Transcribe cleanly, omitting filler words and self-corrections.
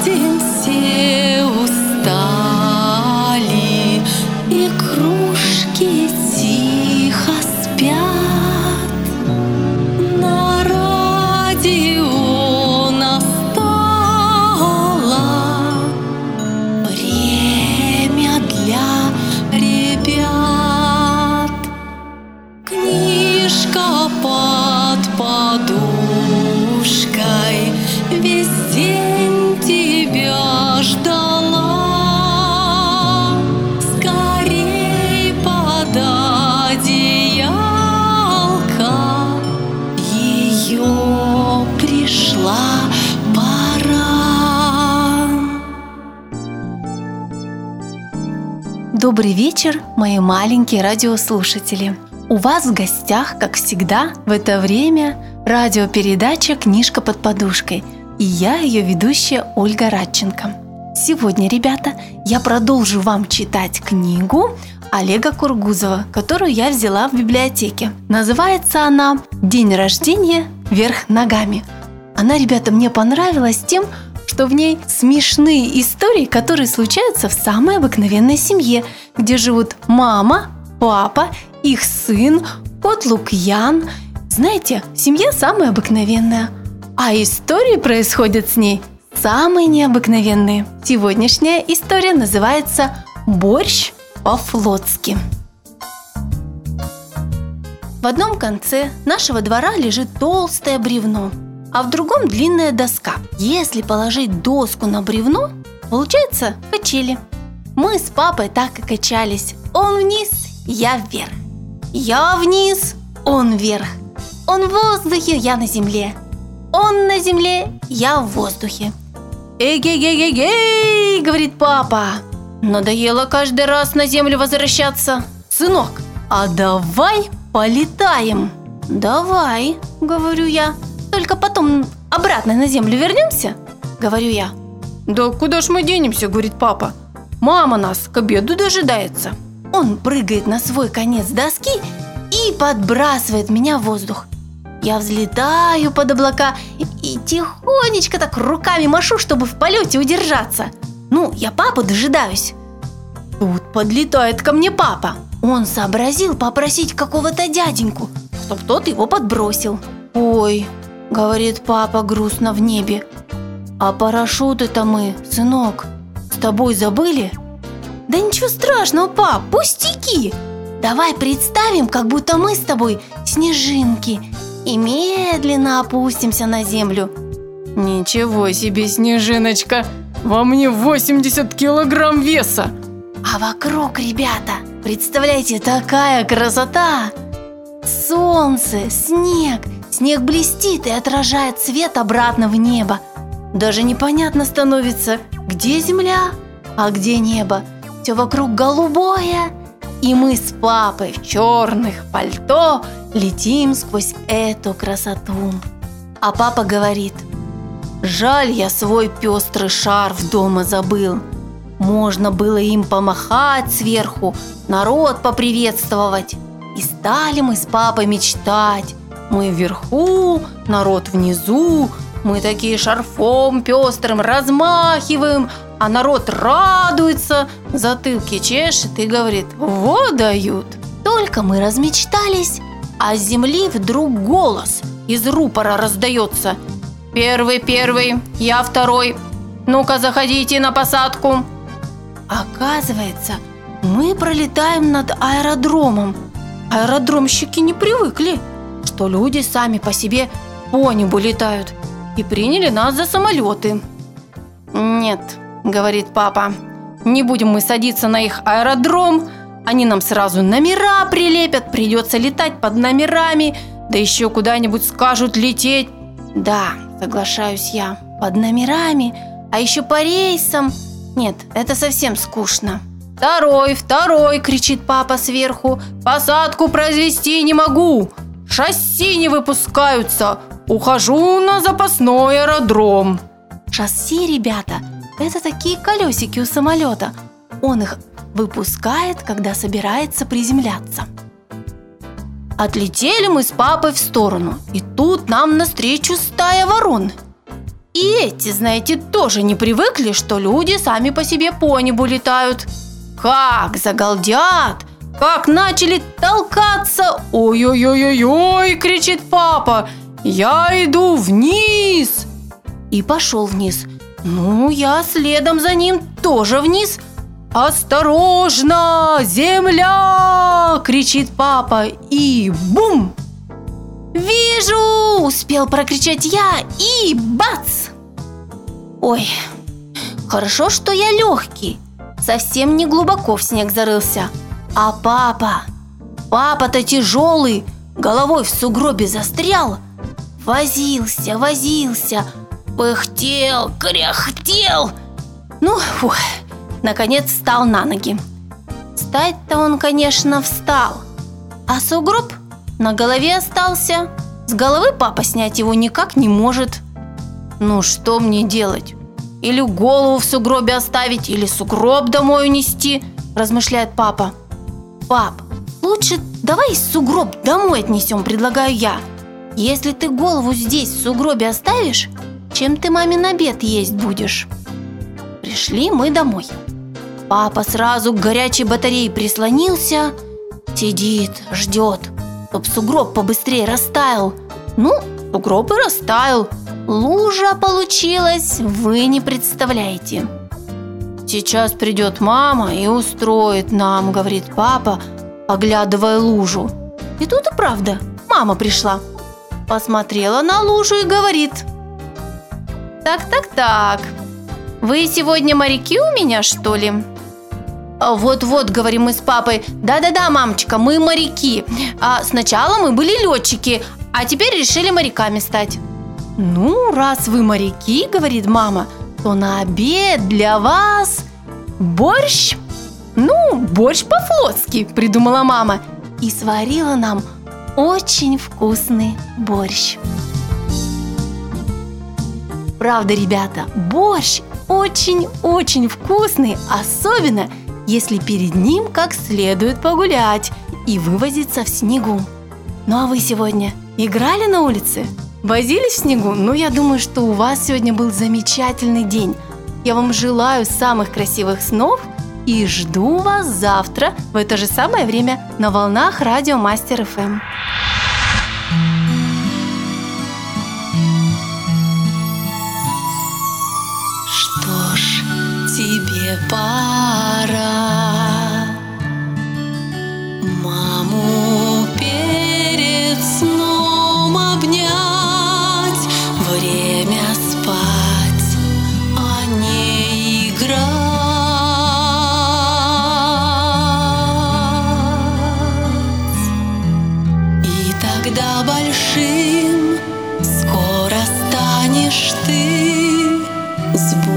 день все устали, и кружки тихо спят. На радио настало время для ребят. Книжка под подушкой весь день тебя ждала. Скорей под одеялко, ее пришла пора. Добрый вечер, мои маленькие радиослушатели! У вас в гостях, как всегда, в это время радиопередача «Книжка под подушкой», и я, ее ведущая Ольга Радченко. Сегодня, ребята, я продолжу вам читать книгу Олега Кургузова, которую я взяла в библиотеке. Называется она «День рождения вверх ногами». Она, ребята, мне понравилась тем, что в ней смешные истории, которые случаются в самой обыкновенной семье, где живут мама, папа, их сын, кот Лукьян. Знаете, семья самая обыкновенная, а истории происходят с ней самые необыкновенные. Сегодняшняя история называется «Борщ по-флотски». В одном конце нашего двора лежит толстое бревно, а в другом длинная доска. Если положить доску на бревно, получается качели. Мы с папой так и качались. Он вниз, я вверх. Я вниз, он вверх. Он в воздухе, я на земле. Он на земле, я в воздухе. «Эй-гей-гей-гей-гей!» — говорит папа. «Надоело каждый раз на землю возвращаться. Сынок, а давай полетаем!» «Давай», — говорю я. «Только потом обратно на землю вернемся?» — говорю я. «Да куда ж мы денемся?» — говорит папа. «Мама нас к обеду дожидается». Он прыгает на свой конец доски и подбрасывает меня в воздух. Я взлетаю под облака и тихонечко так руками машу, чтобы в полете удержаться. Ну, я папу дожидаюсь. Тут подлетает ко мне папа. Он сообразил попросить какого-то дяденьку, чтоб тот его подбросил. «Ой», — говорит папа грустно в небе, «а парашюты-то мы, сынок, с тобой забыли?» «Да ничего страшного, пап, пустяки! Давай представим, как будто мы с тобой снежинки, и медленно опустимся на землю». «Ничего себе, снежиночка! Во мне 80 килограмм веса!» А вокруг, ребята, представляете, такая красота! Солнце, снег, снег блестит и отражает свет обратно в небо. Даже непонятно становится, где земля, а где небо. Все вокруг голубое, и мы с папой в черных пальто летим сквозь эту красоту. А папа говорит: «Жаль, я свой пестрый шарф дома забыл. Можно было им помахать сверху, народ поприветствовать». И стали мы с папой мечтать. Мы вверху, народ внизу. Мы такие шарфом пестрым размахиваем, а народ радуется, затылки чешет и говорит: «Вот дают». Только мы размечтались, а с земли вдруг голос из рупора раздается: «Первый, я второй. Ну-ка, заходите на посадку». Оказывается, мы пролетаем над аэродромом. Аэродромщики не привыкли, что люди сами по себе по небу летают, и приняли нас за самолеты. «Нет», — говорит папа, «не будем мы садиться на их аэродром. Они нам сразу номера прилепят, придется летать под номерами, да еще куда-нибудь скажут лететь». «Да», — соглашаюсь я, «под номерами, а еще по рейсам. Нет, это совсем скучно». Второй!» – кричит папа сверху. «Посадку произвести не могу! Шасси не выпускаются! Ухожу на запасной аэродром!» Шасси, ребята, это такие колесики у самолета. Он их выпускает, когда собирается приземляться. Отлетели мы с папой в сторону, и тут нам навстречу стая ворон. И эти, знаете, тоже не привыкли, что люди сами по себе по небу летают. Как загалдят, как начали толкаться. «Ой-ой-ой-ой-ой!» – кричит папа. «Я иду вниз!» И пошел вниз. Ну, я следом за ним тоже вниз. «Осторожно, земля!» – кричит папа. И бум! «Вижу!» – успел прокричать я, и бац! Ой, хорошо, что я легкий, совсем не глубоко в снег зарылся. А папа-то тяжелый, головой в сугробе застрял. Возился, пыхтел, кряхтел. Ну, фух, наконец встал на ноги. Встать-то он, конечно, встал, а сугроб на голове остался. С головы папа снять его никак не может. Ну, что мне делать? Или голову в сугробе оставить, или сугроб домой унести, размышляет папа. Пап, лучше давай сугроб домой отнесем, предлагаю я. Если ты голову здесь в сугробе оставишь, чем ты мамин обед есть будешь? Пришли мы домой. Папа сразу к горячей батарее прислонился, сидит, ждет, чтоб сугроб побыстрее растаял. Ну, сугроб и растаял. Лужа получилась, вы не представляете. «Сейчас придет мама и устроит нам», — говорит папа, оглядывая лужу. И тут и правда, мама пришла. Посмотрела на лужу и говорит: «Так, вы сегодня моряки у меня, что ли?» «Вот-вот», — говорим мы с папой. «Да-да-да, мамочка, мы моряки. Сначала мы были летчики, а теперь решили моряками стать». «Ну, раз вы моряки, — говорит мама, — то на обед для вас борщ». «Ну, борщ по-флотски», — придумала мама и сварила нам очень вкусный борщ. Правда, ребята, борщ очень-очень вкусный, особенно если перед ним как следует погулять и вывозиться в снегу. Ну а вы сегодня играли на улице? Возились в снегу? Ну, я думаю, что у вас сегодня был замечательный день. Я вам желаю самых красивых снов и жду вас завтра в это же самое время на волнах радио Мастер ФМ. Что ж, тебе пора маму перед сном обнять. Время спать, а не играть. И тогда большим скоро станешь ты с